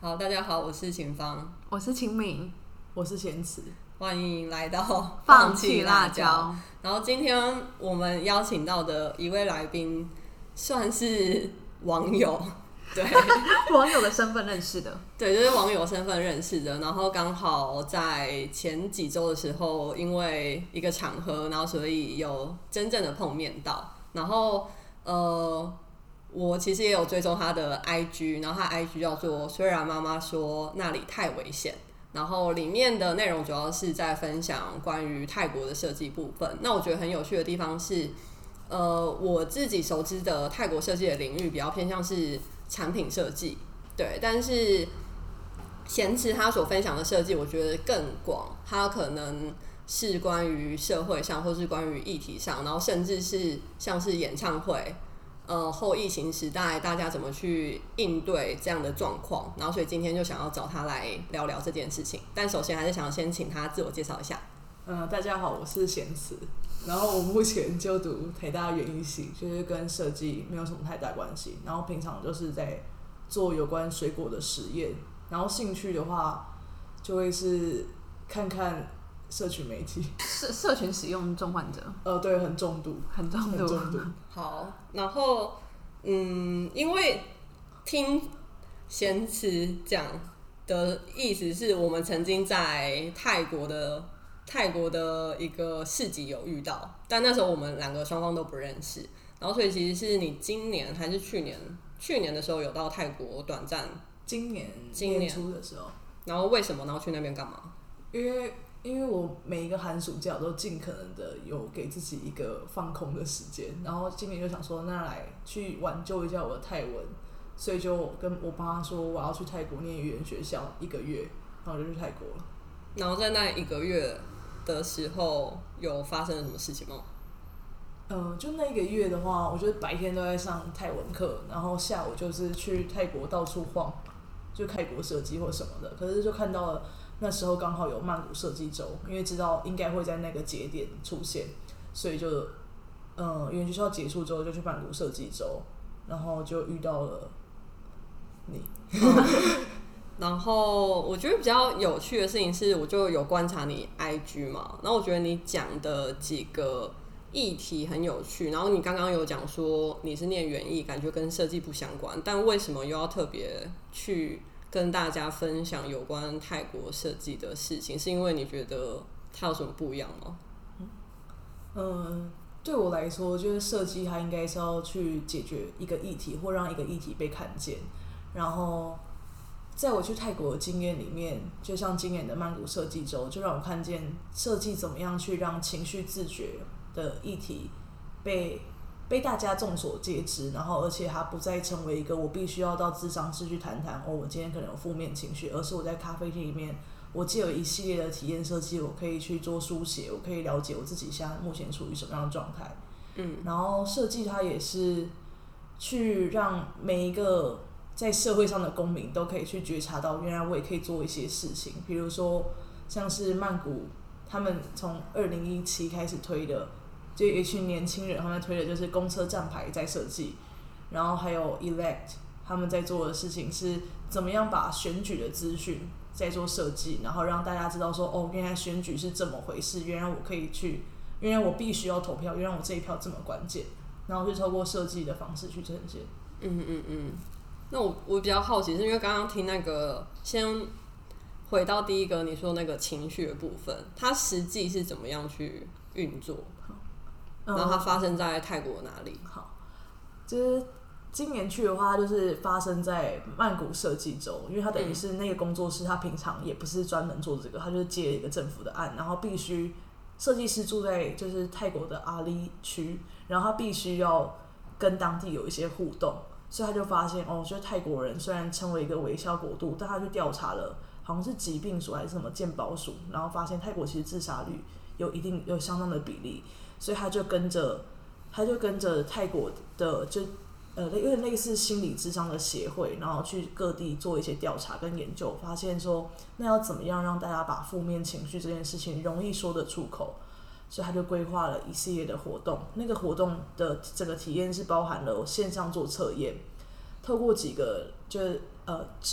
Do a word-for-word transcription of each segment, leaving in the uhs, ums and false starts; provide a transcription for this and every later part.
好，大家好，我是秦芳， 我是秦敏， 我是贤慈， 欢迎来到放弃辣椒。 然后今天我们邀请到的一位来宾，算是网友，对， 网友的身份认识的， 对，就是网友身份认识的。然后刚好在前几周的时候，因为一个场合，然后所以有真正的碰面到。然后呃。我其实也有追踪他的 I G， 然后他 I G 叫做虽然妈妈说那里太危险，然后里面的内容主要是在分享关于泰国的设计部分。那我觉得很有趣的地方是，呃，我自己熟知的泰国设计的领域比较偏向是产品设计，对，但是贤慈他所分享的设计，我觉得更广，他可能是关于社会上，或是关于议题上，然后甚至是像是演唱会。呃，后疫情时代，大家怎么去应对这样的状况？然后，所以今天就想要找他来聊聊这件事情。但首先还是想先请他自我介绍一下。 嗯、呃，大家好，我是贤慈，然后我目前就读台大园艺系，就是跟设计没有什么太大关系。然后平常就是在做有关水果的实验，然后兴趣的话，就会是看看社群媒体， 社社群使用重患者， 呃，对，很重度， 很重度， 很重度。 好，然后嗯，因为听贤慈讲的意思是我们曾经在泰国的泰国的一个市集有遇到，但那时候我们两个双方都不认识，然后所以其实是你今年还是去年去年的时候有到泰国短暂， 今年今年初的时候， 然后为什么然后去那边干嘛？ 因为因为我每一个寒暑假都尽可能的有给自己一个放空的时间，然后今年就想说，那来去挽救一下我的泰文，所以就跟我爸说我要去泰国念语言学校一个月，然后我就去泰国了。 然后在那一个月的时候，有发生了什么事情吗？ 嗯、呃，就那一个月的话，我就是白天都在上泰文课，然后下午就是去泰国到处晃，就泰国设计或什么的。可是就看到了。那时候刚好有曼谷设计周，因为知道应该会在那个节点出现，所以就，嗯，语言学校结束之后就去曼谷设计周，然后就遇到了你。 然后我觉得比较有趣的事情是，我就有观察你 I G 嘛，然后我觉得你讲的几个议题很有趣。然后你刚刚有讲说你是念园艺，感觉跟设计不相关，但为什么又要特别去？跟大家分享有关泰国设计的事情，是因为你觉得它有什么不一样吗？ 嗯，对我来说，我觉得设计它应该是要去解决一个议题，或让一个议题被看见。然后，在我去泰国的经验里面，就像今年的曼谷设计周，就让我看见设计怎么样去让情绪自觉的议题被。被大家众所皆知，然后而且它不再成为一个我必须要到咨商室去谈谈哦，我今天可能有负面情绪，而是我在咖啡厅里面，我既有一系列的体验设计，我可以去做书写，我可以了解我自己现在目前处于什么样的状态。嗯，然后设计它也是去让每一个在社会上的公民都可以去觉察到，原来我也可以做一些事情，比如说像是曼谷，他们从二零一七开始推的。就有一群年轻人，他们推的就是公车站牌在设计，然后还有 Elect 他们在做的事情是怎么样把选举的资讯在做设计，然后让大家知道说，哦，原来选举是这么回事，原来我可以去，原来我必须要投票，原来我这一票这么关键，然后就透过设计的方式去呈现。 嗯嗯嗯。那我我比较好奇，是因为刚刚听那个，先回到第一个你说那个情绪的部分，它实际是怎么样去运作？然后它发生在泰国哪里？ 好，就是今年去的话，就是发生在曼谷设计周，因为它等于是那个工作室，它平常也不是专门做这个，它就是接了一个政府的案，然后必须设计师住在就是泰国的阿里区，然后他必须要跟当地有一些互动，所以他就发现哦，就是泰国人虽然称为一个微笑国度，但他去调查了，好像是疾病署还是什么健保署，然后发现泰国其实自杀率有一定有相当的比例。所以他就跟着，他就跟着泰国的就呃有点类似心理咨商的协会，然后去各地做一些调查跟研究，发现说那要怎么样让大家把负面情绪这件事情容易说得出口，所以他就规划了一系列的活动。那个活动的整个体验是包含了线上做测验，透过几个就是呃直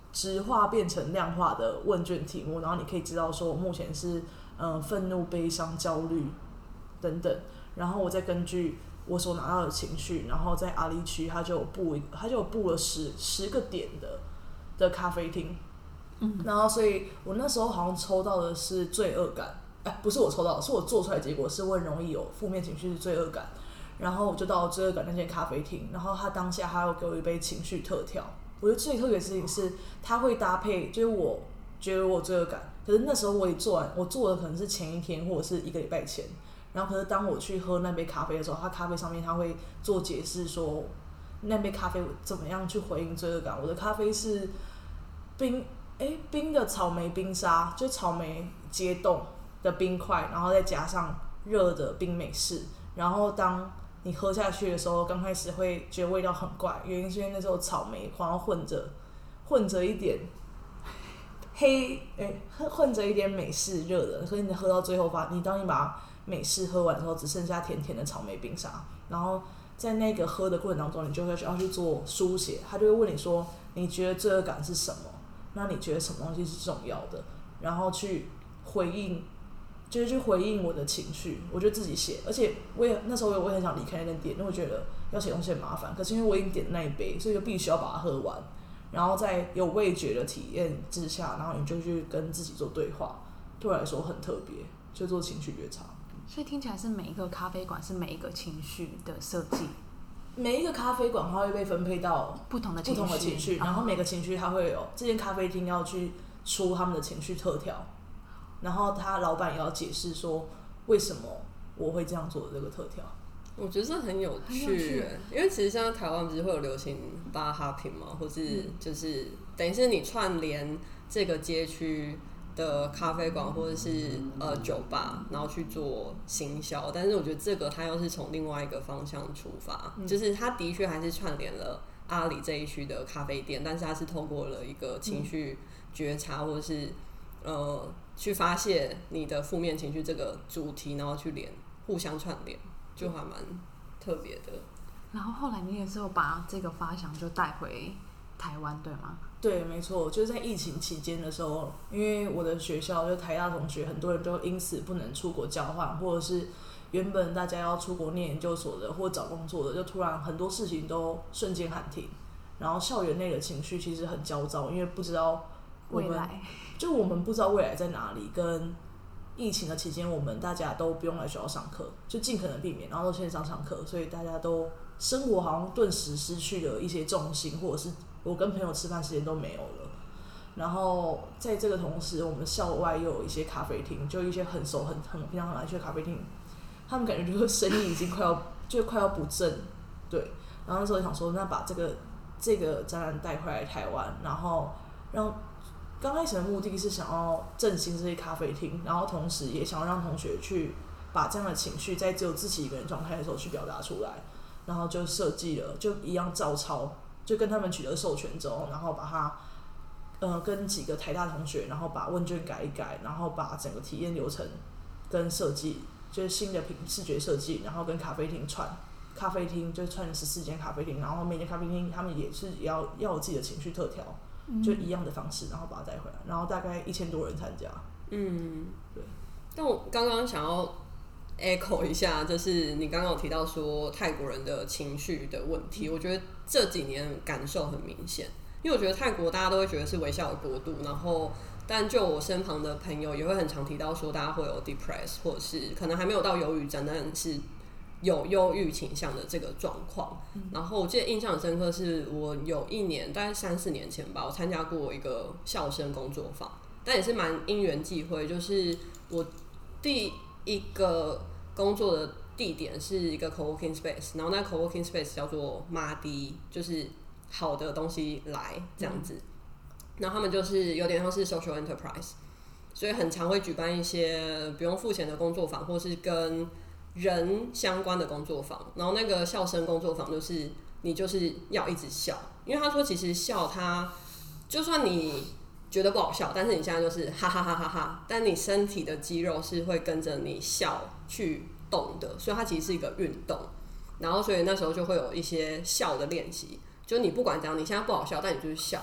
直化变成量化的问卷题目，然后你可以知道说我目前是嗯愤怒、悲伤、焦虑等等，然后我再根据我所拿到的情绪，然后在阿里区他就有布一他就有布了十十个点的的咖啡厅，嗯，然后所以我那时候好像抽到的是罪恶感，哎，不是我抽到的，是我做出来的结果是我很容易有负面情绪是罪恶感，然后我就到了罪恶感那间咖啡厅，然后他当下他要给我一杯情绪特调，我觉得最特别的事情是他会搭配，就是我觉得我有罪恶感，可是那时候我也做完，我做的可能是前一天或者是一个礼拜前。然后可是当我去喝那杯咖啡的时候，它咖啡上面它会做解释说那杯咖啡怎么样去回应罪恶感。我的咖啡是冰哎冰的草莓冰沙，就草莓结冻的冰块，然后再加上热的冰美式。然后当你喝下去的时候，刚开始会觉得味道很怪，原因是因为那时候草莓好像混着混着一点黑哎混着一点美式热的，所以你喝到最后发，你当你把美式喝完的时候，只剩下甜甜的草莓冰沙。然后在那个喝的过程当中，你就会要去做书写，他就会问你说，你觉得罪恶感是什么？那你觉得什么东西是重要的？然后去回应，就是去回应我的情绪。我就自己写，而且我也那时候我也很想离开那间店，因为我觉得要写东西很麻烦。可是因为我已经点那一杯，所以就必须要把它喝完。然后在有味觉的体验之下，然后你就去跟自己做对话，对我来说很特别，就做情绪觉察。 所以听起来是每一个咖啡馆是每一个情绪的设计， 每一个咖啡馆它会被分配到不同的情绪， 不同的情绪，然后每个情绪它会有这间咖啡厅要去出他们的情绪特调，然后他老板也要解释说为什么我会这样做的这个特调。 我觉得这很有趣，因为其实现在台湾不是会有流行巴哈品嘛，或是就是等于是你串联这个街区的咖啡馆或者是呃酒吧，然后去做行销，但是我觉得这个它又是从另外一个方向出发，嗯、就是它的确还是串联了阿里这一区的咖啡店，但是它是透过了一个情绪觉察，或者是呃去发泄你的负面情绪这个主题，然后去连互相串联，就还蛮特别的。 然后后来你也是有把这个发想就带回台湾，对吗？ 对，没错，就是在疫情期间的时候，因为我的学校就台大同学，很多人就因此不能出国交换，或者是原本大家要出国念研究所的或找工作的，就突然很多事情都瞬间喊停，然后校园内的情绪其实很焦躁，因为不知道我们未来， 就我们不知道未来在哪里，跟疫情的期间，我们大家都不用来学校上课，就尽可能避免，然后都线上上课，所以大家都生活好像顿时失去了一些重心，或者是我跟朋友吃饭时间都没有了。然后在这个同时，我们校外又有一些咖啡厅，就一些很熟、很很平常很难去的咖啡厅，他们感觉就是生意已经快要就快要不振，对。然后那时候想说，那把这个这个展览带回来台湾，然后让刚开始的目的是想要振兴这些咖啡厅，然后同时也想要让同学去把这样的情绪在只有自己一个人状态的时候去表达出来，然后就设计了，就一样照抄，就跟他们取得授权之后，然后把它呃跟几个台大同学，然后把问卷改一改，然后把整个体验流程跟设计，就是新的品视觉设计，然后跟咖啡厅串，咖啡厅就串十四间咖啡厅，然后每间咖啡厅他们也是也要要有自己的情绪特调。就一样的方式，然后把它带回来，然后大概一千多人参加。嗯，对。 但我刚刚想要 echo 一下，就是你刚刚有提到说泰国人的情绪的问题，嗯、我觉得这几年感受很明显，因为我觉得泰国大家都会觉得是微笑的国度，然后但就我身旁的朋友也会很常提到说，大家会有 depress 或者是可能还没有到忧郁症，但是有忧郁倾向的这个状况，嗯、然后我记得印象很深刻，是我有一年大概三四年前吧，我参加过一个校生工作坊，但也是蛮因缘际会，就是我第一个工作的地点是一个 coworking space， 然后那 coworking space 叫做妈迪，就是好的东西来这样子，嗯、然后他们就是有点像是 social enterprise， 所以很常会举办一些不用付钱的工作坊，或是跟人相关的工作坊，然后那个笑声工作坊就是你就是要一直笑，因为他说其实笑他就算你觉得不好笑，但是你现在就是哈哈哈哈哈，但你身体的肌肉是会跟着你笑去动的，所以它其实是一个运动。然后所以那时候就会有一些笑的练习，就是你不管怎样，你现在不好笑，但你就是笑。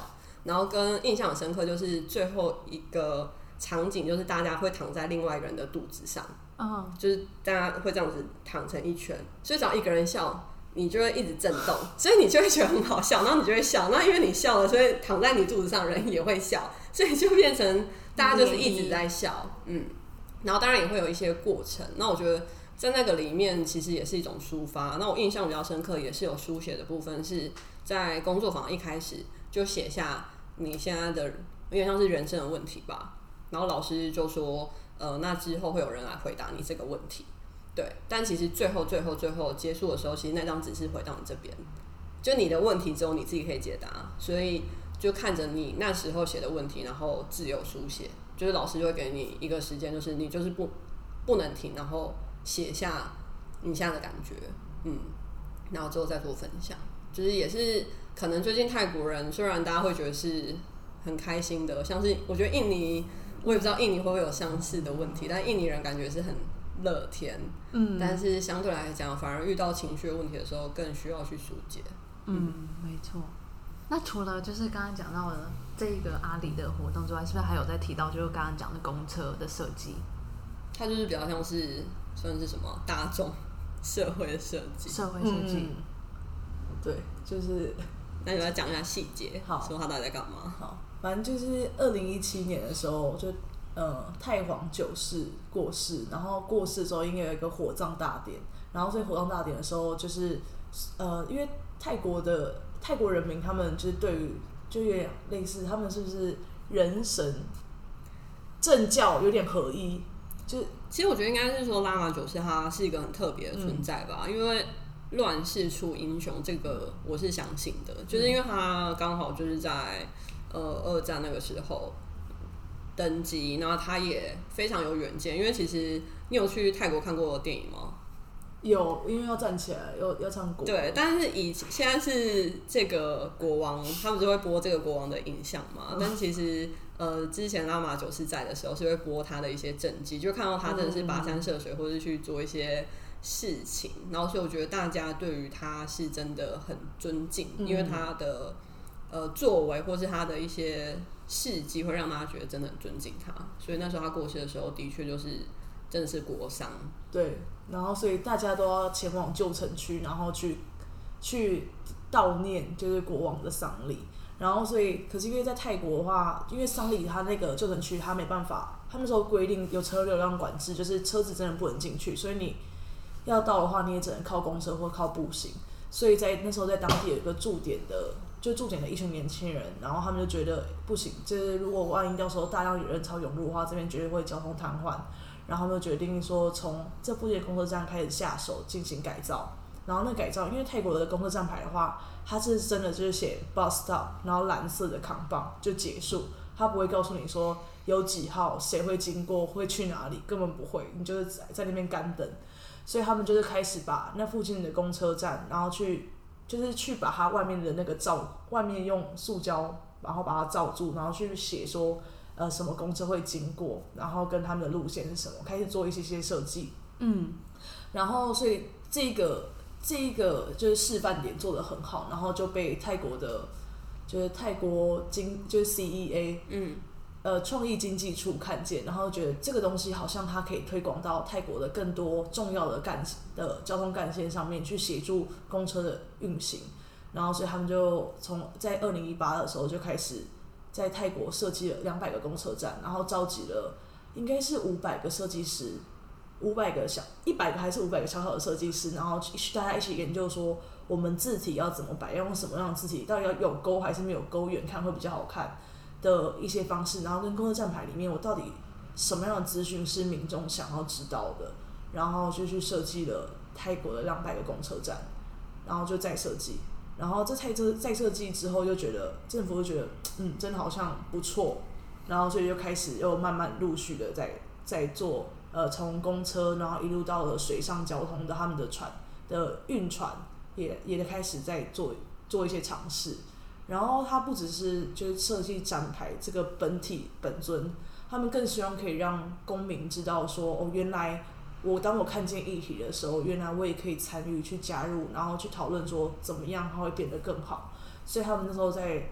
然后跟印象很深刻就是最后一个场景，就是大家会躺在另外一个人的肚子上， 嗯， 就是大家会这样子躺成一圈，所以只要一个人笑，你就会一直震动，所以你就会觉得很好笑，然后你就会笑，那因为你笑了，所以躺在你肚子上的人也会笑，所以就变成大家就是一直在笑，嗯，然后当然也会有一些过程，那我觉得在那个里面其实也是一种抒发。那我印象比较深刻，也是有书写的部分，是在工作坊一开始就写下你现在的有点像是人生的问题吧，然后老师就说，呃，那之后会有人来回答你这个问题。对，但其实最后最后最后结束的时候，其实那张纸是回到你这边，就你的问题只有你自己可以解答，所以就看着你那时候写的问题，然后自由书写，就是老师就会给你一个时间，就是你就是不不能停，然后写下你现在的感觉，嗯，然后之后再做分享，就是也是可能最近泰国人虽然大家会觉得是很开心的，像是我觉得印尼，我也不知道印尼会不会有相似的问题，但印尼人感觉是很乐天，嗯，但是相对来讲，反而遇到情绪问题的时候，更需要去疏解。 嗯，没错。那除了就是刚刚讲到的这个阿里的活动之外，是不是还有在提到就是刚刚讲的公车的设计？ 它就是比较像是算是什么大众社会的设计， 社会设计、嗯。 对，就是那你要讲一下细节， 好， 说他到底在干嘛？ 好，反正就是二零一七年的时候就。呃，太皇九世过世，然后过世的时候应该有一个火葬大典，然后所以火葬大典的时候，就是呃，因为泰国的泰国人民他们就是对于就有点类似，他们是不是人神政教有点合一？就其实我觉得应该是说拉玛九世他是一个很特别的存在吧，嗯、因为乱世出英雄这个我是相信的，就是因为他刚好就是在呃二战那个时候。登基，然后他也非常有远见，因为其实你有去泰国看过电影吗？ 有，因为要站起来，要要唱国。 对，但是以现在是这个国王，他们就会播这个国王的影像嘛。嗯、但其实呃，之前拉玛九世在的时候是会播他的一些政绩，就看到他真的是跋山涉水，或者去做一些事情。然后所以我觉得大家对于他是真的很尊敬，嗯、因为他的呃作为或是他的一些。事迹会让大家觉得真的很尊敬他，所以那时候他过世的时候，的确就是真的是国丧。 对，然后所以大家都要前往旧城区，然后去去悼念就是国王的丧礼。然后所以，可是因为在泰国的话，因为丧礼他那个旧城区他没办法，他们那时候规定有车流量管制，就是车子真的不能进去，所以你要到的话，你也只能靠公车或靠步行。所以在那时候在当地有一个驻点的。就驻点的一群年轻人，然后他们就觉得不行，就是如果万一到时候大量人潮涌入的话，这边绝对会交通瘫痪。然后他们就决定说，从这附近的公车站开始下手进行改造。然后那改造，因为泰国的公车站牌的话，它是真的就是写 bus stop， 然后蓝色的扛棒就结束，它不会告诉你说有几号谁会经过会去哪里，根本不会，你就是在那边干等。所以他们就是开始把那附近的公车站，然后去。就是去把它外面的那个罩，外面用塑胶，然后把它罩住，然后去写说，呃，什么公车会经过，然后跟他们的路线是什么，开始做一些些设计。嗯，然后所以这个这个就是示范点做得很好，然后就被泰国的，就是泰国经就是 C E A， 嗯。呃，创意经济处看见，然后觉得这个东西好像它可以推广到泰国的更多重要的干的交通干线上面，去协助公车的运行。然后，所以他们就从在二零一八的时候就开始在泰国设计了两百个公车站，然后召集了应该是五百个设计师，五百个小一百个还是五百个小小的设计师，然后大家一起研究说我们字体要怎么摆，要用什么样的字体，到底要有勾还是没有勾，远看会比较好看。的一些方式，然后跟公车站牌里面，我到底什么样的资讯是民众想要知道的，然后就去设计了泰国的两百个公车站，然后就再设计，然后这再再设计之后，就觉得政府就觉得，嗯，真的好像不错，然后所以就开始又慢慢陆续的在在做，呃，从公车，然后一路到了水上交通的他们的船的运船，也也开始在做做一些尝试。然后它不只是就是设计展牌这个本体本尊，他们更希望可以让公民知道说，哦，原来我当我看见议题的时候，原来我也可以参与去加入，然后去讨论说怎么样它会变得更好。所以他们那时候在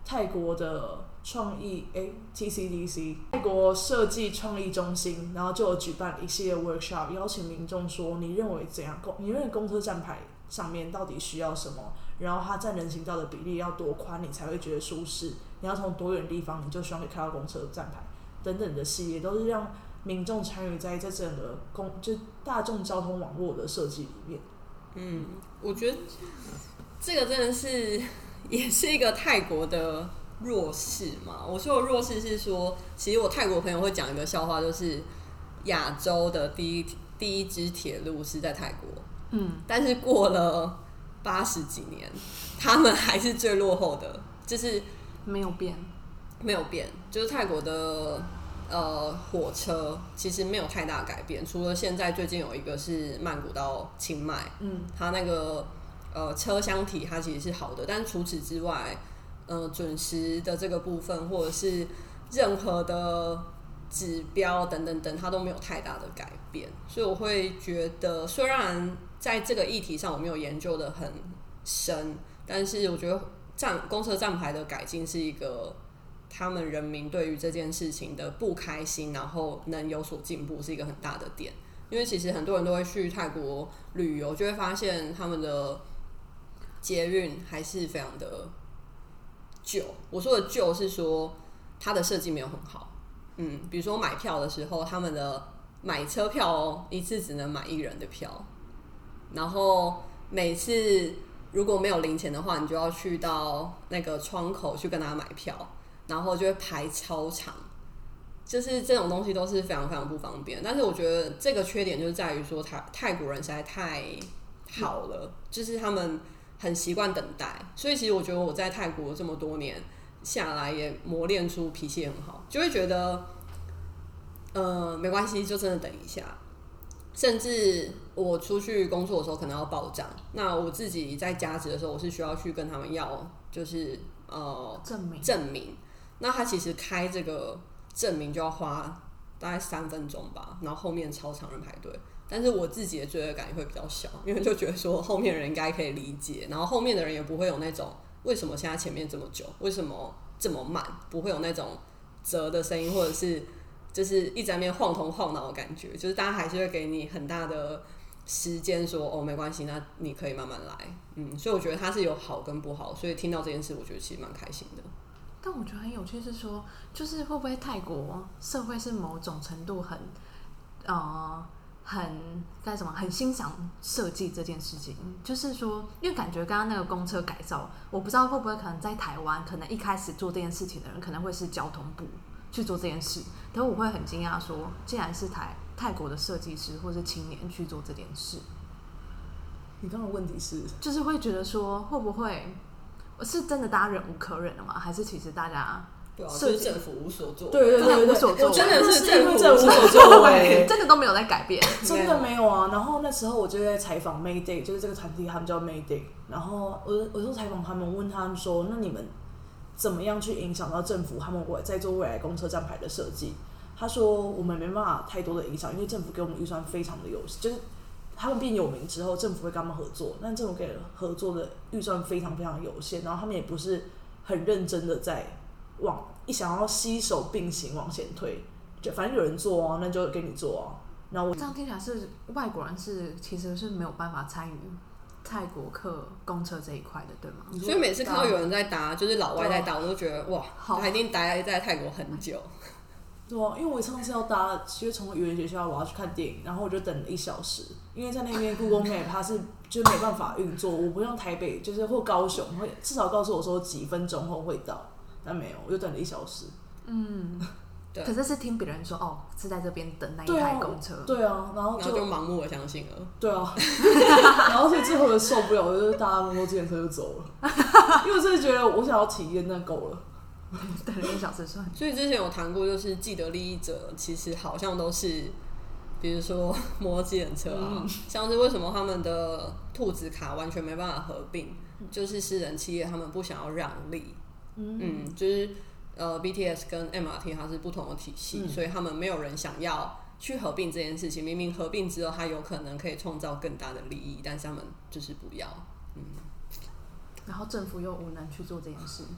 泰国的创意诶 T C D C 泰国设计创意中心，然后就有举办一系列 workshop， 邀请民众说你认为怎样公你认为公车站牌上面到底需要什么，然后它占人行道的比例要多宽你才会觉得舒适，你要从多远的地方你就希望可以看到公车站牌等等的系列，都是让民众参与在这整个公就大众交通网络的设计里面。 嗯，我觉得这个真的是也是一个泰国的弱势嘛。我说的弱势是说，其实我泰国朋友会讲一个笑话，就是亚洲的第一第一支铁路是在泰国，嗯，但是过了八十几年，他们还是最落后的，就是没有变， 没有变，就是泰国的。呃，火车其实没有太大改变，除了现在最近有一个是曼谷到清迈，嗯，它那个呃车厢体它其实是好的，但除此之外，呃，准时的这个部分或者是任何的指标等等等，它都没有太大的改变，所以我会觉得，虽然在这个议题上我没有研究的很深，但是我觉得站公车站牌的改进是一个。他们人民对于这件事情的不开心，然后能有所进步，是一个很大的点。因为其实很多人都会去泰国旅游，就会发现他们的捷运还是非常的旧。我说的旧是说它的设计没有很好。嗯，比如说买票的时候，他们的买车票哦，一次只能买一人的票，然后每次如果没有零钱的话，你就要去到那个窗口去跟他买票。然后就会排超长，就是这种东西都是非常非常不方便。但是我觉得这个缺点就是在于说泰泰国人实在太好了，就是他们很习惯等待，所以其实我觉得我在泰国这么多年下来，也磨练出脾气很好，就会觉得呃没关系，就真的等一下。甚至我出去工作的时候可能要报账，那我自己在加职的时候，我是需要去跟他们要，就是呃证明证明。那他其实开这个证明就要花大概三分钟吧，然后后面超长人排队。但是我自己的罪恶感也会比较小，因为就觉得说后面的人应该可以理解，然后后面的人也不会有那种为什么现在前面这么久，为什么这么慢，不会有那种折的声音，或者是就是一直在那边晃头晃脑的感觉，就是大家还是会给你很大的时间说哦没关系，那你可以慢慢来。嗯，所以我觉得它是有好跟不好，所以听到这件事，我觉得其实蛮开心的。 但我觉得很有趣是说，就是会不会泰国社会是某种程度很呃很该什么很欣赏设计这件事情，就是说，因为感觉刚刚那个公车改造，我不知道会不会可能在台湾，可能一开始做这件事情的人可能会是交通部去做这件事，但我会很惊讶说，既然是台泰国的设计师或是青年去做这件事， 你刚刚的问题是， 就是会觉得说会不会是真的大家忍无可忍了吗？还是其实大家对啊，就是政府无所作为， 对对对对， 无所作为， 真的是政府无所作为， 真的都没有在改变， 真的没有啊。然后那时候我就在采访 Mayday， 就是这个团体，他们叫 Mayday。然后我我就采访他们，问他们说，那你们怎么样去影响到政府他们在做未来公车站牌的设计？他说我们没办法太多的影响，因为政府给我们预算非常的有，就是他们变有名之后，政府会跟他们合作，但政府给合作的预算非常非常有限，然后他们也不是很认真的在往一想要携手并行往前推，就反正有人做啊，那就给你做啊。然后我这样听起来是外国人是其实是没有办法参与泰国客公车这一块的，对吗？ 所以每次看到有人在搭，就是老外在搭，我都觉得哇，他一定待在泰国很久。 对啊，因为我上次要搭，其实从语言学校我要去看电影，然后我就等了一小时，因为在那边 Google Map 它是就没办法运作，我不像台北就是或高雄会至少告诉我说几分钟后会到，但没有，我就等了一小时。 嗯，对。可是是听别人说哦，是在这边等那一台公车。 对啊，然后就然后就盲目的相信了。 对啊，然后所以最后就受不了，我就搭摩托自行车就走了，因为我真的觉得我想要体验那够了。 等了一小时算。 所以之前有谈过，就是既得利益者其实好像都是，比如说摩托自行车啊，嗯、像是为什么他们的兔子卡完全没办法合并，嗯、就是私人企业他们不想要让利，嗯，嗯就是呃 B T S 跟 M R T 它是不同的体系，嗯、所以他们没有人想要去合并这件事情。明明合并之后，它有可能可以创造更大的利益，但是他们就是不要，嗯。 然后政府又无能去做这件事。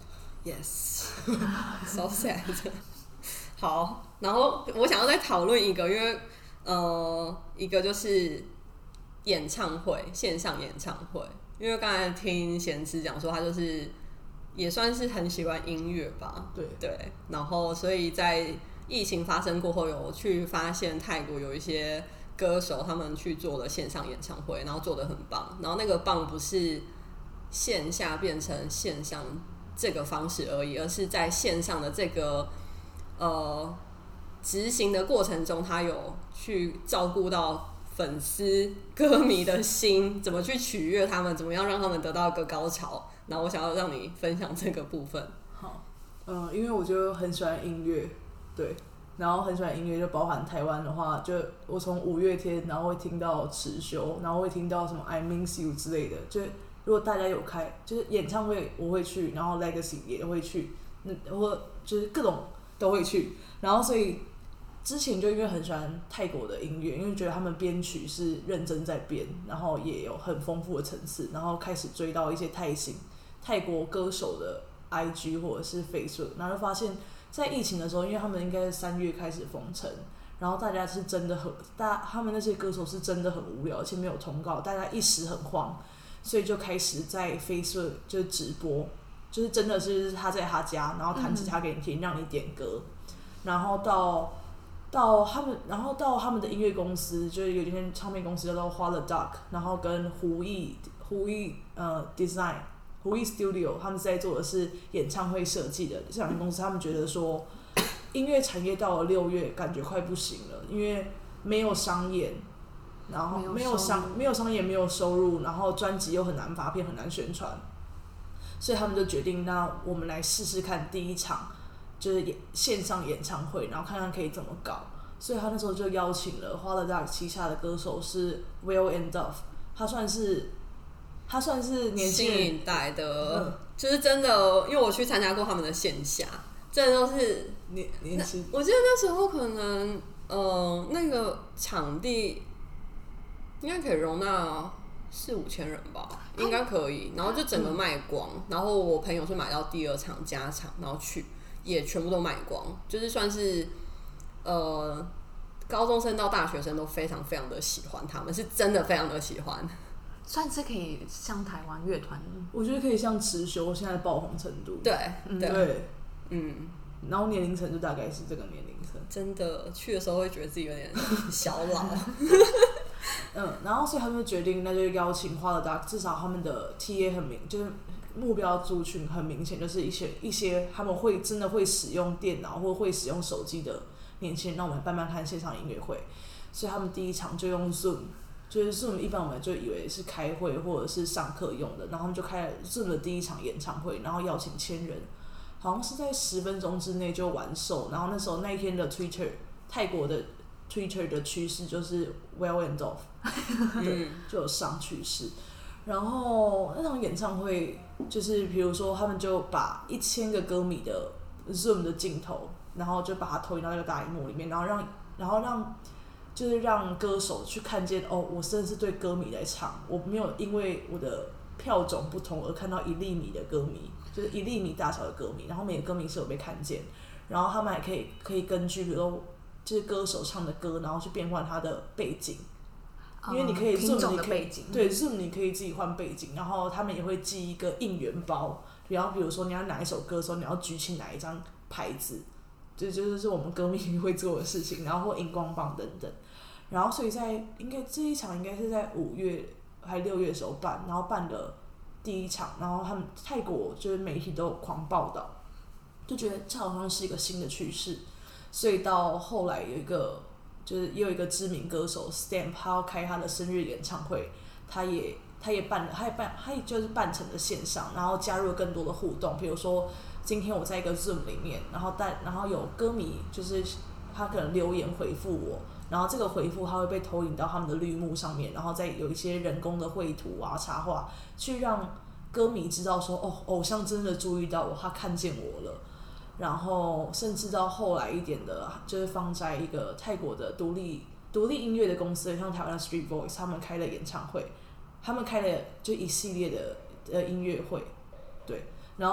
Yes， so sad。好，然后我想要再讨论一个，因为呃，一个就是演唱会，线上演唱会。因为刚才听贤慈讲说，他就是也算是很喜欢音乐吧， 对对。然后，所以在疫情发生过后，有去发现泰国有一些歌手他们去做了线上演唱会，然后做得很棒。然后那个棒不是线下变成线上这个方式而已，而是在线上的这个呃执行的过程中，他有去照顾到粉丝歌迷的心，怎么去取悦他们，怎么样让他们得到一个高潮。然后我想要让你分享这个部分。 好，嗯，因为我就很喜欢音乐，对，然后很喜欢音乐，就包含台湾的话，就我从五月天，然后会听到持修，然后会听到什么 I Miss You 之类的。就如果大家有开，就是演唱会我会去，然后 Legacy 也会去，那或就是各种都会去。然后所以之前就因为很喜欢泰国的音乐，因为觉得他们编曲是认真在编，然后也有很丰富的层次，然后开始追到一些泰星、泰国歌手的 I G 或者是 Facebook， 然后就发现，在疫情的时候，因为他们应该是三月开始封城，然后大家是真的很，大他们那些歌手是真的很无聊，而且没有通告，大家一时很慌，所以就开始在 Facebook 就是直播，就是真的是他在他家，然后弹吉他给你听，嗯、让你点歌，然后到。到他们，然后到他们的音乐公司，就是有一间唱片公司叫做花了 Duck， 然后跟胡艺胡艺呃 Design 胡艺 Studio， 他们在做的是演唱会设计的这两间公司，他们觉得说音乐产业到了六月感觉快不行了，因为没有商演，然后没有商没有商演没有收入，然后专辑又很难发片很难宣传，所以他们就决定，那我们来试试看第一场。就是线上演唱会，然后看看可以怎么搞。所以他那时候就邀请了花了大旗下的歌手是 Will and Duff， 他算是他算是年轻人新一代的，嗯、就是真的，因为我去参加过他们的线下，真的都是年年轻。 我记得那时候可能呃那个场地应该可以容纳四五千人吧，应该可以。然后就整个卖光，嗯、然后我朋友是买到第二场加场，然后去。也全部都卖光，就是算是呃高中生到大学生都非常非常的喜欢他们，是真的非常的喜欢， 算是可以像台湾乐团， 我觉得可以像持修现在爆红程度， 对、 嗯、 对， 对嗯， 然后年龄层就大概是这个年龄层， 真的去的时候会觉得自己有点小老， 嗯，然后所以他们就决定，那就邀请花了大，至少他们的 T A 很明，就是。目标族群很明显，就是一些一些他们会真的会使用电脑或会使用手机的年轻人，让我们慢慢看线上音乐会。所以他们第一场就用 Zoom， 就是 Zoom 一般我们就以为是开会或者是上课用的，然后他们就开了 Zoom 的第一场演唱会，然后邀请千人，好像是在十分钟之内就完售。然后那时候那一天的 Twitter 泰国的 Twitter 的趋势就是 Well and Off， 对，就有上趋势。然后那场演唱会就是，比如说他们就把一千个歌迷的 Zoom 的镜头，然后就把它投影到那个大荧幕里面，然后让，然后让，就是让歌手去看见，哦，我真的是对歌迷来唱，我没有因为我的票种不同而看到一粒米的歌迷，就是一粒米大小的歌迷，然后每个歌迷是有被看见，然后他们还可以可以根据，比如说就是歌手唱的歌，然后去变换他的背景。因为你可以 Zoom， 你可以对 Zoom 你可以自己换背景，然后他们也会寄一个应援包，然后比如说你要哪一首歌的时候，你要举起哪一张牌子，这就是我们歌迷会做的事情，然后或荧光棒等等，然后所以在应该这一场应该是在五月还六月的时候办，然后办的第一场，然后他们泰国就是媒体都有狂报道，就觉得这好像是一个新的趋势，所以到后来有一个。就是也有一个知名歌手 Stamp， 他要开他的生日演唱会，他也他也办了，他也办，他也就是办成了线上，然后加入了更多的互动，比如说今天我在一个 Zoom 里面，然后带然后有歌迷就是他可能留言回复我，然后这个回复他会被投影到他们的绿幕上面，然后再有一些人工的绘图啊插画，去让歌迷知道说，哦，偶像真的注意到我，他看见我了。然后甚至到后来一点的，就是放在一个泰国的独立独立音乐的公司，像台湾的 Street Voice， 他们开了演唱会，他们开了就一系列的呃音乐会，对，然后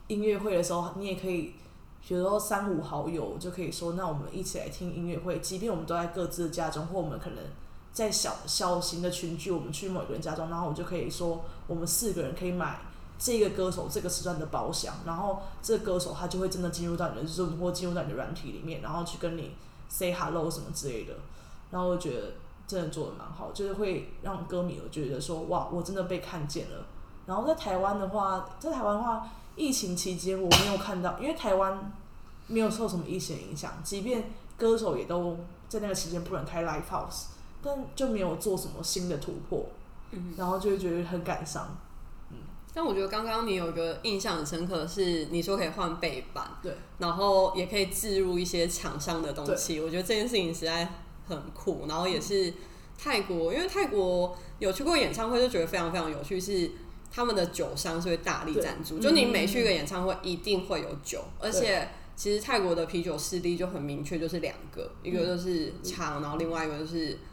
音乐会的时候，你也可以，比如说三五好友就可以说，那我们一起来听音乐会，即便我们都在各自的家中，或我们可能在小小型的群聚，我们去某一个人家中，然后我就可以说，我们四个人可以买这个歌手这个时段的包厢，然后这个歌手他就会真的进入到你的 Zoom 或进入到你的软体里面，然后去跟你 say hello 什么之类的，然后我觉得真的做得蛮好，就是会让歌迷有觉得说，哇，我真的被看见了。然后在台湾的话，在台湾的话，疫情期间我没有看到，因为台湾没有受什么疫情影响，即便歌手也都在那个期间不能开 live house， 但就没有做什么新的突破，嗯、然后就会觉得很感伤。嗯， 但我觉得刚刚你有一个印象很深刻的是，你说可以换背板， 对， 然后也可以置入一些厂商的东西，我觉得这件事情实在很酷，然后也是泰国，因为泰国有去过演唱会，就觉得非常非常有趣是。他们的酒商是会大力赞助，就你每去一个演唱会一定会有酒，而且其实泰国的啤酒势力就很明确，就是两个，一个就是长，然后另外一个就是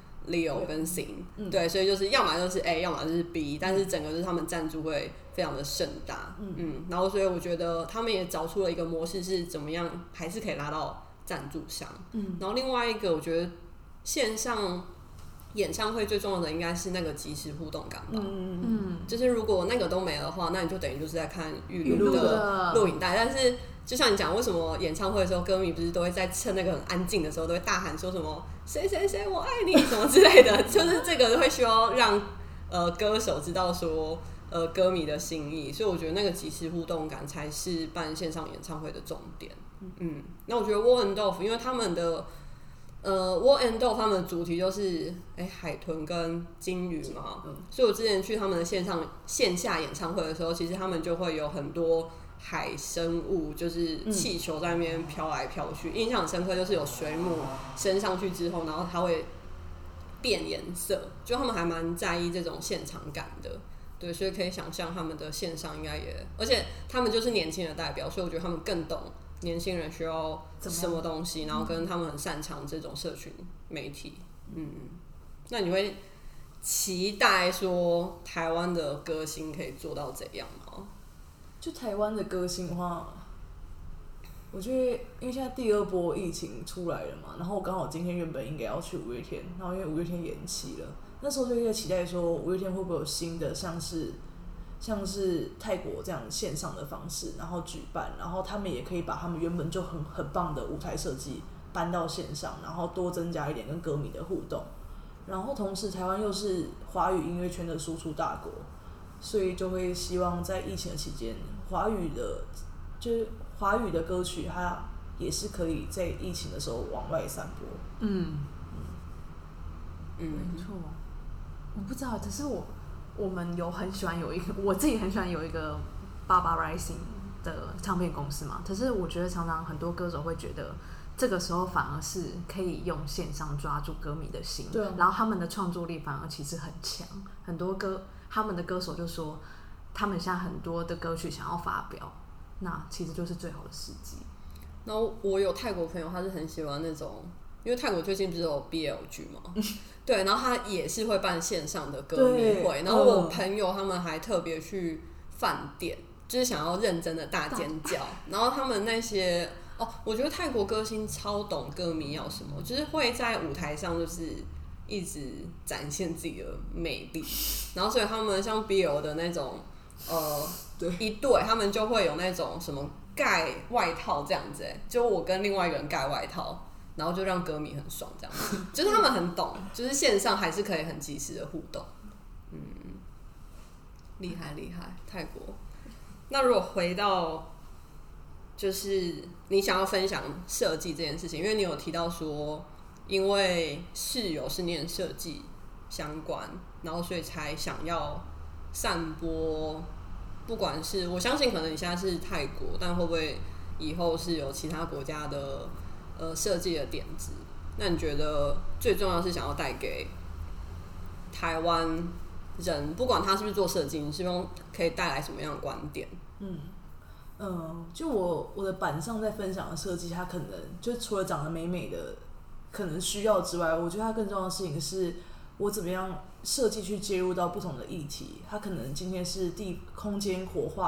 Leo 跟 Sin， 对，所以就是要么就是 A， 要么就是 B， 但是整个就是他们赞助会非常的盛大，嗯，然后所以我觉得他们也找出了一个模式是怎么样还是可以拉到赞助商，嗯，然后另外一个我觉得线上。演唱会最重要的应该是那个即时互动感吧，嗯嗯，就是如果那个都没的话，那你就等于就是在看预录的录影带。但是就像你讲，为什么演唱会的时候，歌迷不是都会在趁那个很安静的时候，都会大喊说什么“谁谁谁我爱你”什么之类的，就是这个会需要让呃歌手知道说呃歌迷的心意，所以我觉得那个即时互动感才是办线上演唱会的重点。嗯，那我觉得 War and Dolph 因为他们的。呃 ，War and Dolph 他们的主题就是哎、欸、海豚跟鲸鱼嘛、嗯，所以我之前去他们的线上线下演唱会的时候，其实他们就会有很多海生物，就是气球在那边飘来飘去。印象很深刻，就是有水母升上去之后，然后它会变颜色，就他们还蛮在意这种现场感的。对，所以可以想象他们的线上应该也，而且他们就是年轻的代表，所以我觉得他们更懂。年轻人需要什么东西，然后跟他们很擅长这种社群媒体，嗯，那你会期待说台湾的歌星可以做到怎样吗？ 就台湾的歌星的话，我觉得因为现在第二波疫情出来了嘛，然后我刚好今天原本应该要去五月天，然后因为五月天延期了，那时候就在期待说五月天会不会有新的像是。像是泰国这样线上的方式，然后举办，然后他们也可以把他们原本就很很棒的舞台设计搬到线上，然后多增加一点跟歌迷的互动。然后同时，台湾又是华语音乐圈的输出大国，所以就会希望在疫情的期间，华语的就是华语的歌曲，它也是可以在疫情的时候往外散播。 嗯嗯，没错。我不知道，只是我。我们有很喜欢有一个，我自己很喜欢有一个爸爸 Rising 的唱片公司嘛。可是我觉得常常很多歌手会觉得，这个时候反而是可以用线上抓住歌迷的心，对，然后他们的创作力反而其实很强。很多歌，他们的歌手就说，他们现在很多的歌曲想要发表，那其实就是最好的时机。 然后我有泰国朋友，他是很喜欢那种，因为泰国最近不是有 B L G 嘛。对，然后他也是会办线上的歌迷会，然后我朋友他们还特别去饭店，就是想要认真的大尖叫。然后他们那些哦，我觉得泰国歌星超懂歌迷要什么，就是会在舞台上就是一直展现自己的魅力。然后所以他们像 B L 的那种呃一对，他们就会有那种什么盖外套这样子，就我跟另外一个人盖外套。然后就让歌迷很爽，这样子，就是他们很懂，就是线上还是可以很及时的互动，嗯，厉害厉害，泰国。那如果回到，就是你想要分享设计这件事情，因为你有提到说，因为室友是念设计相关，然后所以才想要散播，不管是我相信可能你现在是泰国，但会不会以后是有其他国家的？呃，设计的点子，那你觉得最重要是想要带给台湾人，不管他是不是做设计，你希望可以带来什么样的观点？ 嗯嗯，就我我的板上在分享的设计，它可能就除了长得美美的可能需要之外，我觉得它更重要的事情是我怎么样设计去接入到不同的议题。它可能今天是地空间活化，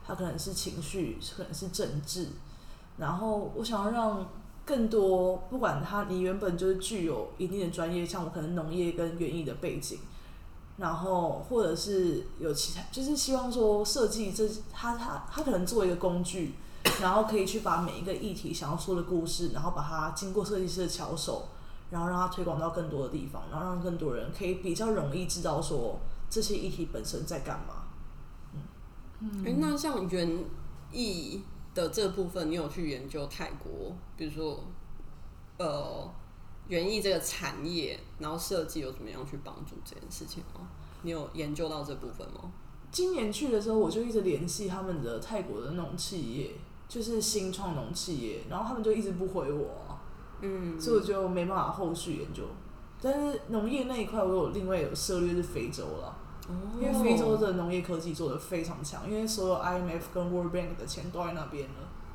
它可能是情绪，可能是政治。然后我想要让更多，不管他你原本就是具有一定的专业，像我可能农业跟园艺的背景，然后或者是有其他，就是希望说设计这它它它可能作为一个工具，然后可以去把每一个议题想要说的故事，然后把它经过设计师的巧手，然后让它推广到更多的地方，然后让更多人可以比较容易知道说这些议题本身在干嘛。 嗯，欸、那像园艺的这部分，你有去研究泰国，比如说呃园艺这个产业，然后设计有怎么样去帮助这件事情吗？你有研究到这部分吗？ 今年去的时候，我就一直联系他们的泰国的那种企业，就是新创农企业，然后他们就一直不回我、啊，嗯，所以我就没办法后续研究。但是农业那一块，我有另外有涉猎是非洲了。哦、因为非洲的农业科技做得非常强，因为所有 I M F 跟 World Bank 的钱都在那边了。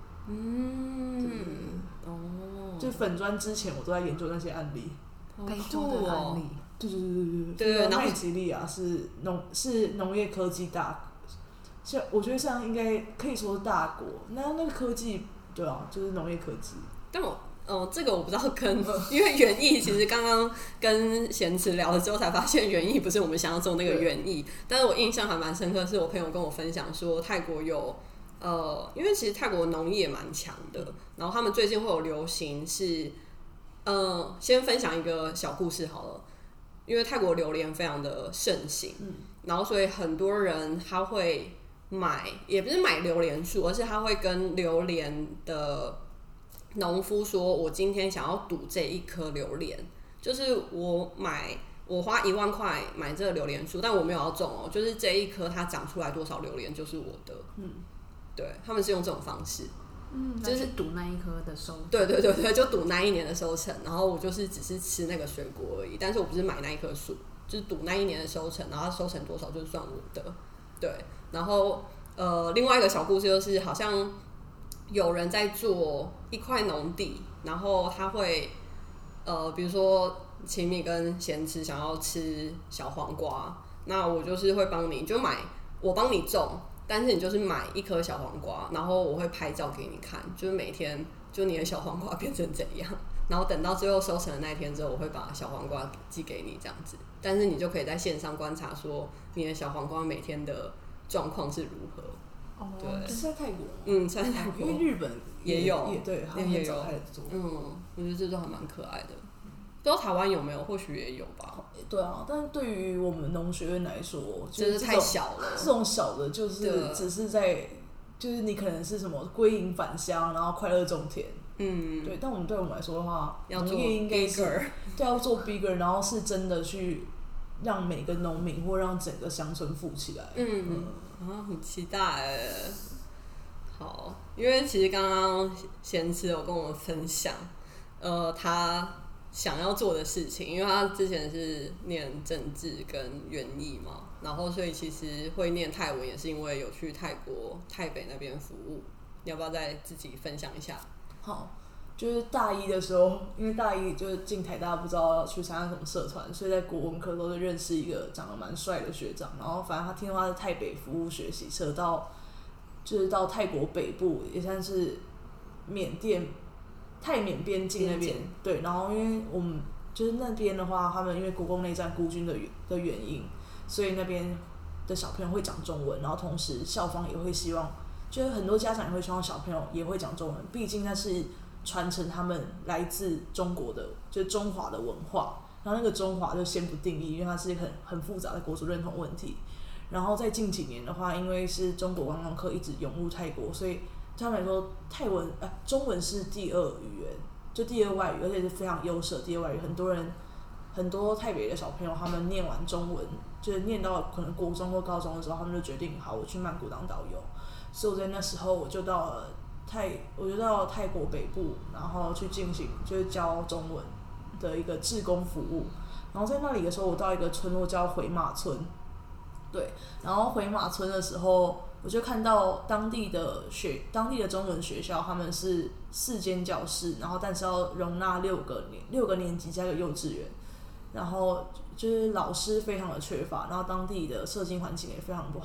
嗯，哦，就粉专之前我都在研究那些案例， 非洲的案例。 对对对对对对。奈及利亚是农是农业科技大，像我觉得这样应该可以说是大国。那那个科技，对啊，就是农业科技。 但我。哦，这个我不知道跟，因为园艺其实刚刚跟贤慈聊了之后才发现园艺不是我们想象中那个园艺，但是我印象还蛮深刻，是我朋友跟我分享说泰国有，呃，因为其实泰国农业蛮强的，然后他们最近会有流行是，呃，先分享一个小故事好了，因为泰国榴莲非常的盛行，嗯，然后所以很多人他会买，也不是买榴莲树，而是他会跟榴莲的农夫说，我今天想要赌这一颗榴莲，就是我买，我花一万块买这个榴莲树，但我没有要种哦，就是这一颗它长出来多少榴莲就是我的。嗯，对，他们是用这种方式， 嗯，就是赌那一颗的收成。 对对对对，就赌那一年的收成，然后我就是只是吃那个水果而已，但是我不是买那一棵树，就是赌那一年的收成，然后收成多少就是算我的。对，然后呃，另外一个小故事就是好像。有人在做一块农地，然后他会，呃，比如说秦米跟贤慈想要吃小黄瓜，那我就是会帮你，就买我帮你种，但是你就是买一颗小黄瓜，然后我会拍照给你看，就是每天就你的小黄瓜变成怎样，然后等到最后收成的那一天之后，我会把小黄瓜寄给你这样子，但是你就可以在线上观察说你的小黄瓜每天的状况是如何。 哦，对，是在泰国， 嗯，在泰国， 因为日本 也, 也有， 也对，他们很早开始做， 嗯，我觉得这都还蛮可爱的。不知道台湾有没有，或许也有吧。 对啊，但是对于我们农学院来说， 就是、太小了。 这种小的，就是只是在，就是你可能是什么归隐返乡，然后快乐种田，嗯，对。但我们对我们来说的话，农业应该是对要做 bigger， 然后是真的去让每个农民或让整个乡村富起来，嗯。嗯啊，很期待耶！好，因为其实刚刚贤慈有跟我们分享，呃，他想要做的事情，因为他之前是念政治跟园艺嘛，然后所以其实会念泰文也是因为有去泰国泰北那边服务。你要不要再自己分享一下？ 好。就是大一的时候，因为大一就是进台大，不知道要去参加什么社团，所以在国文科都是认识一个长得蛮帅的学长。然后反正他听说他在台北服务学习，车到就是到泰国北部，也算是缅甸泰缅边境那边。对，然后因为我们就是那边的话，他们因为国共内战孤军的的原因，所以那边的小朋友会讲中文，然后同时校方也会希望，就是很多家长也会希望小朋友也会讲中文，毕竟那是。传承他们来自中国的，就是中华的文化，然后那个中华就先不定义，因为它是很很复杂的国族认同问题。然后在近几年的话，因为是中国观光客一直涌入泰国，所以对他们来说，泰文呃中文是第二语言，就第二外语，而且是非常优势的第二外语。很多人很多泰北的小朋友，他们念完中文，就是念到可能国中或高中的时候，他们就决定好，我去曼谷当导游。所以我在那时候我就到了。泰，我就到泰国北部，然后去进行就是教中文的一个志工服务。然后在那里的时候，我到一个村落叫回马村，对。然后回马村的时候，我就看到当地的学，当地的中文学校，他们是四间教室，然后但是要容纳六个年六个年级加一个幼稚园，然后就是老师非常的缺乏，然后当地的社经环境也非常不好。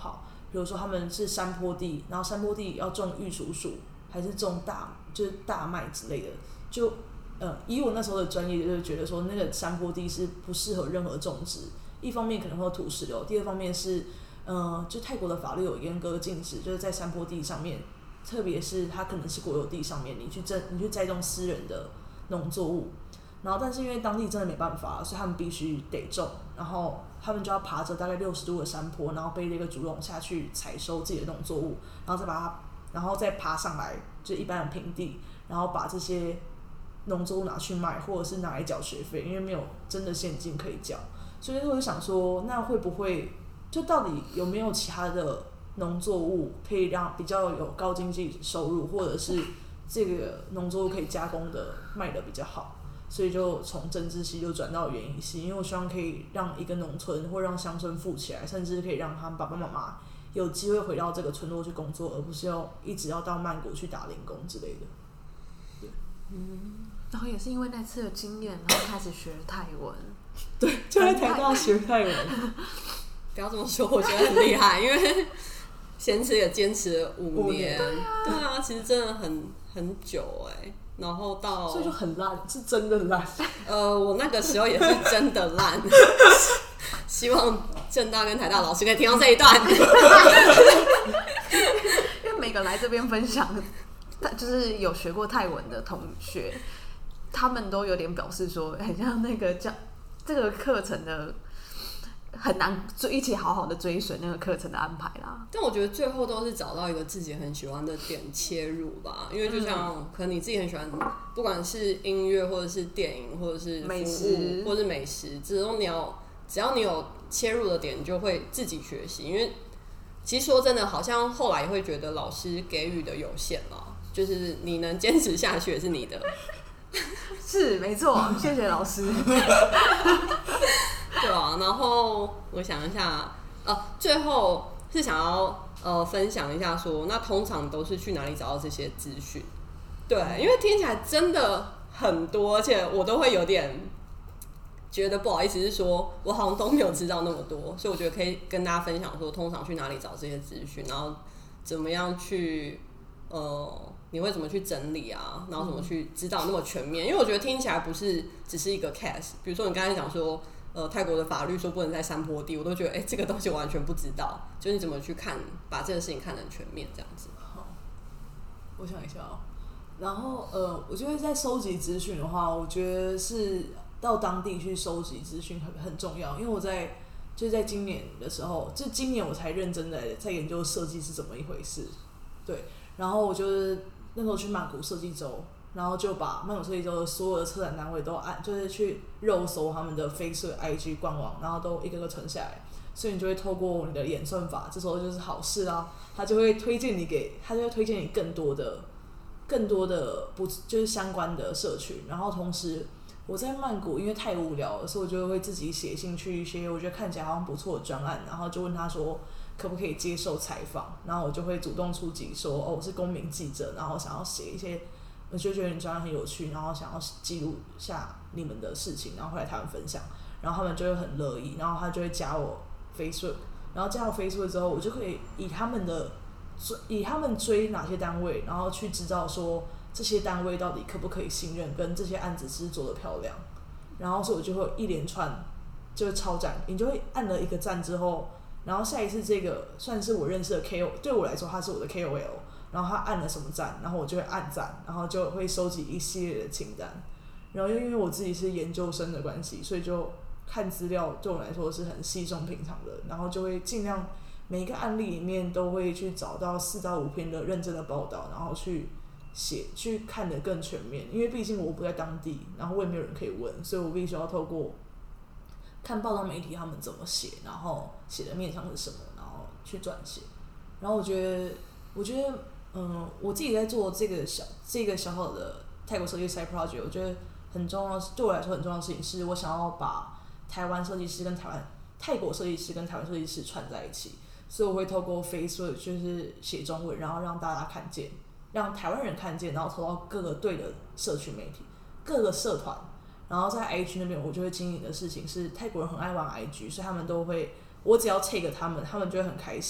比如说他们是山坡地，然后山坡地要种玉蜀黍还是种大就是大麦之类的，就呃以我那时候的专业就是觉得说那个山坡地是不适合任何种植，一方面可能会有土石流，第二方面是呃就泰国的法律有严格禁止，就是在山坡地上面，特别是它可能是国有地上面，你去栽你去栽种私人的农作物。然后，但是因为当地真的没办法，所以他们必须得种，然后他们就要爬着大概六十度的山坡，然后背着一个竹笼下去采收自己的农作物，然后再把它，然后再爬上来，就一般的平地，然后把这些农作物拿去卖，或者是拿来缴学费，因为没有真的现金可以缴，所以我就想说，那会不会就到底有没有其他的农作物可以让比较有高经济收入，或者是这个农作物可以加工的卖的比较好？所以就从政治系就转到园艺系，因为我希望可以让一个农村或让乡村富起来，甚至可以让他们爸爸妈妈有机会回到这个村落去工作，而不是要一直要到曼谷去打零工之类的。对， 嗯，然后也是因为那次的经验，然后开始学泰文。 对，就在台大学泰文。 不要这么说，我觉得很厉害，因为贤慈也坚持了五年， 对啊，对啊，其实真的很很久哎、欸。然后到， 所以就很烂，是真的烂。 呃，我那个时候也是真的烂。希望政大跟台大老师可以听到这一段。 因为每个来这边分享，就是有学过泰文的同学，他们都有点表示说，很像那个教这个课程的。很难一起好好的追随那个课程的安排啦。 但我觉得最后都是找到一个自己很喜欢的点切入吧，因为就像、嗯、可能你自己很喜欢，不管是音乐或者是电影或者是服务或者是美食，只要你有只要你有切入的点，你就会自己学习。因为其实说真的，好像后来也会觉得老师给予的有限了，就是你能坚持下去也是你的。 是没错，谢谢老师。 对啊，然后我想一下，呃，最后是想要呃分享一下说，那通常都是去哪里找到这些资讯？对，因为听起来真的很多，而且我都会有点觉得不好意思，是说我好像都没有知道那么多，所以我觉得可以跟大家分享说，通常去哪里找这些资讯，然后怎么样去呃。你会怎么去整理啊？然后怎么去知道那么全面？因为我觉得听起来不是只是一个 case。比如说你刚才讲说，呃，泰国的法律说不能在山坡地，我都觉得，哎、欸，这个东西我完全不知道。就是你怎么去看，把这个事情看得很全面，这样子。 好，我想一下哦。然后呃，我觉得在收集资讯的话，我觉得是到当地去收集资讯很很重要。因为我在就是在今年的时候，就今年我才认真的在研究设计是怎么一回事。对，然后我就是那时候去曼谷设计周，然后就把曼谷设计周的所有的策展单位都按，就是去肉搜他们的 Facebook、I G 官网，然后都一个个存下来。所以你就会透过你的演算法，这时候就是好事啦，他就会推荐你给，他就会推荐你更多的、更多的不就是相关的社群。然后同时，我在曼谷因为太无聊了，所以我就会自己写信去一些我觉得看起来好像不错的专案，然后就问他说可不可以接受采访，然后我就会主动出击说哦我是公民记者，然后想要写一些我就觉得你专案很有趣，然后想要记录下你们的事情，然后回来他们分享，然后他们就会很乐意，然后他就会加我 Facebook， 然后加我 Facebook 之后，我就可以以他们的以他们追哪些单位，然后去知道说这些单位到底可不可以信任，跟这些案子是做得漂亮，然后所以我就会一连串就是超赞，你就会按了一个赞之后，然后下一次这个算是我认识的 K O， 对我来说他是我的 K O L， 然后他按了什么赞，然后我就会按赞，然后就会收集一系列的清单，然后又因为我自己是研究生的关系，所以就看资料对我来说是很稀松平常的，然后就会尽量每一个案例里面都会去找到四到五篇的认真的报道，然后去写去看得更全面，因为毕竟我不在当地，然后我也没有人可以问，所以我必须要透过看报道媒体他们怎么写，然后写的面向是什么，然后去撰写。然后我觉得，我觉得，嗯，我自己在做这个小这个小小的泰国设计 side project， 我觉得很重要，对我来说很重要的事情是我想要把台湾设计师跟台湾泰国设计师跟台湾设计师串在一起，所以我会透过 Facebook 就是写中文，然后让大家看见，让台湾人看见，然后投到各个对的社群媒体、各个社团。然后在 I G 那边，我就会经营的事情是泰国人很爱玩 I G， 所以他们都会，我只要 tag 他们，他们就会很开心，然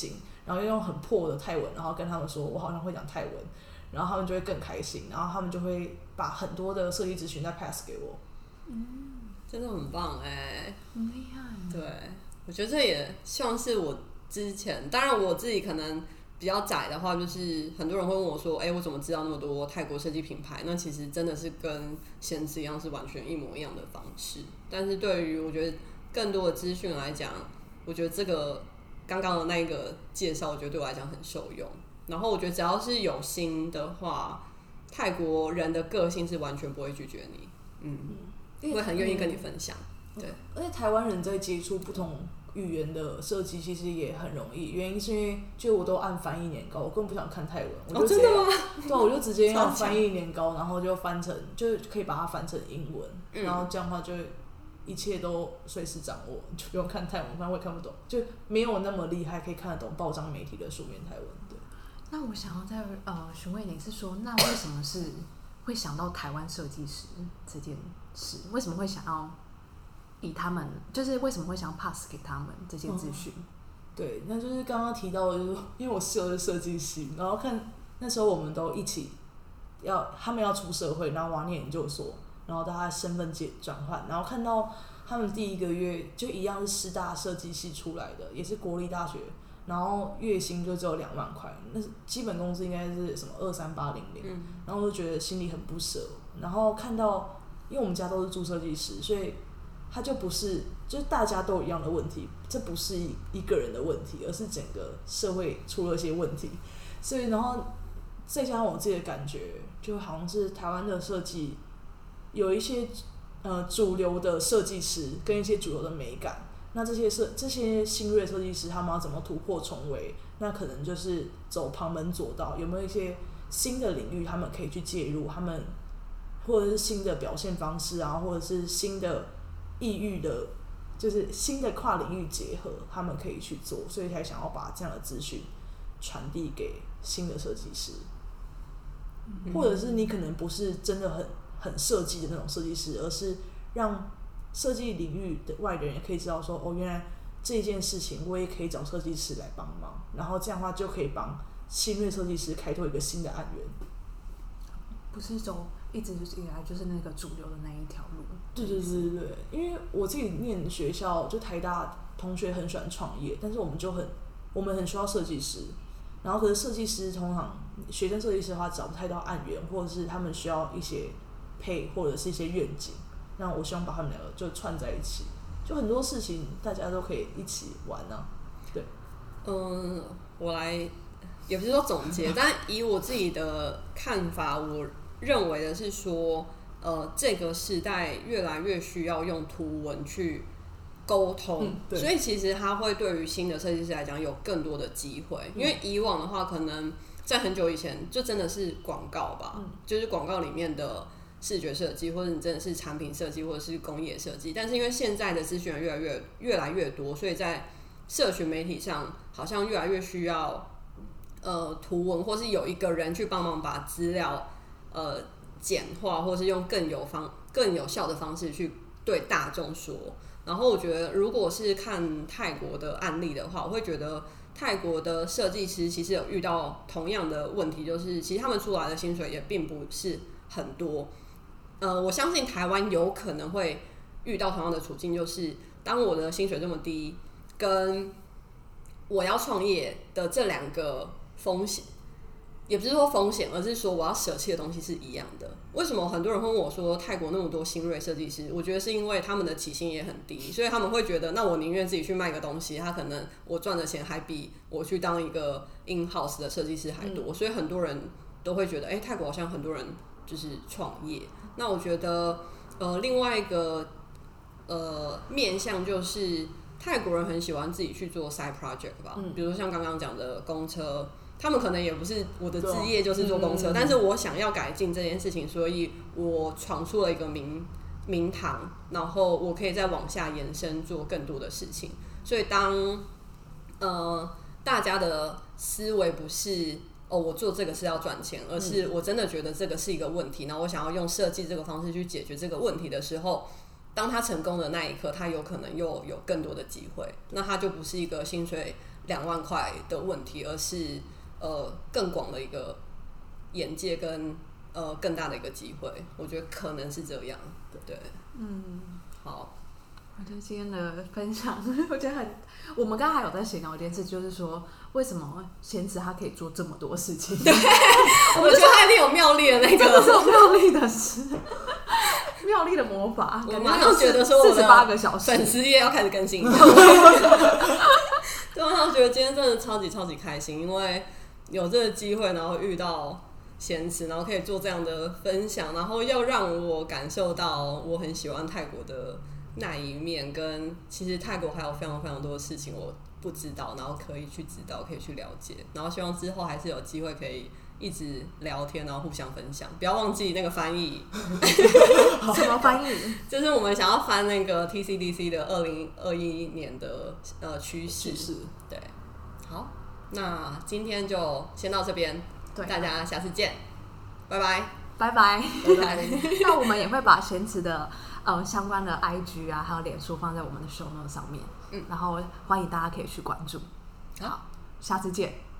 然后用很破的泰文，然后跟他们说我好像会讲泰文，然后他们就会更开心，然后他们就会把很多的设计咨询再 pass 给我。 嗯，真的很棒哎， 很厉害。 对，我觉得这也像是我之前，当然我自己可能比较窄的话，就是很多人会问我说，哎、欸，我怎么知道那么多泰国设计品牌？那其实真的是跟先知一样，是完全一模一样的方式。但是对于我觉得更多的资讯来讲，我觉得这个刚刚的那一个介绍，我觉得对我来讲很受用。然后我觉得只要是有心的话，泰国人的个性是完全不会拒绝你，嗯，嗯会很愿意跟你分享。对， 而且台湾人在接触不同语言的设计其实也很容易，原因是因为就我都按翻译年糕，我根本不想看泰文，我就直接、 哦、 对，我就直接用翻译年糕，然后就翻成，就可以把它翻成英文，嗯、然后这样的话就一切都随时掌握，就不用看泰文，反正我也看不懂，就没有那么厉害可以看得懂报章媒体的书面泰文。对， 那我想要再呃询问你是说，那为什么是会想到台湾设计师这件事？为什么会想要？以他们就是为什么会想要 pass 给他们这些资讯、嗯？ 对，那就是刚刚提到的，就是因为我室友是设计系，然后看那时候我们都一起要他们要出社会，然后我要念研究所，然后大家身份转换，然后看到他们第一个月就一样是师大设计系出来的，也是国立大学，然后月薪就只有两万块，那基本工资应该是什么二三八零零，然后我就觉得心里很不舍，然后看到因为我们家都是做设计师，所以。它就不是，就是大家都有一样的问题，这不是一个人的问题，而是整个社会出了一些问题。所以，然后再加上我自己的感觉，就好像是台湾的设计有一些呃主流的设计师跟一些主流的美感，那这些设这些新锐设计师他们要怎么突破重围？那可能就是走旁门左道，有没有一些新的领域他们可以去介入？他们或者是新的表现方式啊，或者是新的。异域的，就是新的跨领域结合，他们可以去做，所以才想要把这样的资讯传递给新的设计师，嗯、或者是你可能不是真的很很设计的那种设计师，而是让设计领域的外的人也可以知道说，哦，原来这件事情我也可以找设计师来帮忙，然后这样的话就可以帮新锐设计师开拓一个新的案源， 不是走一直以来就是那个主流的那一条路。 对对对对对，因为我自己念学校，就台大同学很喜欢创业，但是我们就很我们很需要设计师，然后可是设计师通常学生设计师的话找不太到案源，或者是他们需要一些配或者是一些愿景，那我希望把他们两个就串在一起，就很多事情大家都可以一起玩啊。对， 嗯，我来也不是说总结，但以我自己的看法，我认为的是说。呃，这个时代越来越需要用图文去沟通、嗯，所以其实它会对于新的设计师来讲有更多的机会。因为以往的话，可能在很久以前就真的是广告吧，嗯、就是广告里面的视觉设计，或者你真的是产品设计，或者是工业设计。但是因为现在的资讯越来越越来越多，所以在社群媒体上好像越来越需要呃图文，或是有一个人去帮忙把资料呃。简化，或是用更有方、更有效的方式去对大众说。然后我觉得，如果是看泰国的案例的话，我会觉得泰国的设计师其实有遇到同样的问题，就是其实他们出来的薪水也并不是很多。呃，我相信台湾有可能会遇到同样的处境，就是当我的薪水这么低，跟我要创业的这两个风险。也不是说风险，而是说我要舍弃的东西是一样的。为什么很多人会问我说泰国那么多新锐设计师？我觉得是因为他们的起薪也很低，所以他们会觉得，那我宁愿自己去卖个东西，他可能我赚的钱还比我去当一个 in house 的设计师还多。嗯、所以很多人都会觉得，哎、欸，泰国好像很多人就是创业。那我觉得，呃，另外一个呃面向就是泰国人很喜欢自己去做 side project 吧，嗯、比如说像刚刚讲的公车。他们可能也不是我的职业就是坐公车，嗯、但是我想要改进这件事情，所以我闯出了一个名名堂，然后我可以再往下延伸做更多的事情。所以当呃大家的思维不是哦我做这个是要赚钱，而是我真的觉得这个是一个问题，然后我想要用设计这个方式去解决这个问题的时候，当他成功的那一刻，他有可能又有更多的机会，那他就不是一个薪水两万块的问题，而是呃更广的一个眼界跟呃更大的一个机会。我觉得可能是这样，对，嗯，好。 我觉得今天的分享，我觉得很，我们刚刚还有在闲聊一件事，就是说为什么贤慈他可以做这么多事情？ 对，我觉得他一定有妙丽的那个， 这种妙丽的事，妙丽的魔法。 我马上觉得说我的四十八个小时粉丝页要开始更新一下。对，我马上觉得今天真的超级超级开心，因为有这个机会，然后遇到贤慈，然后可以做这样的分享，然后又让我感受到我很喜欢泰国的那一面，跟其实泰国还有非常非常多的事情我不知道，然后可以去知道，可以去了解，然后希望之后还是有机会可以一直聊天，然后互相分享。不要忘记那个翻译， 什么翻译？ 就是我们想要翻那个 T C D C 的二零二一年的呃趋势。对，好，那今天就先到这边，大家下次见，拜拜， 拜拜， 拜拜。 那我们也会把贤慈的呃相关的 I G 啊，还有脸书放在我们的 show note 上面，嗯，然后欢迎大家可以去关注。好，下次见。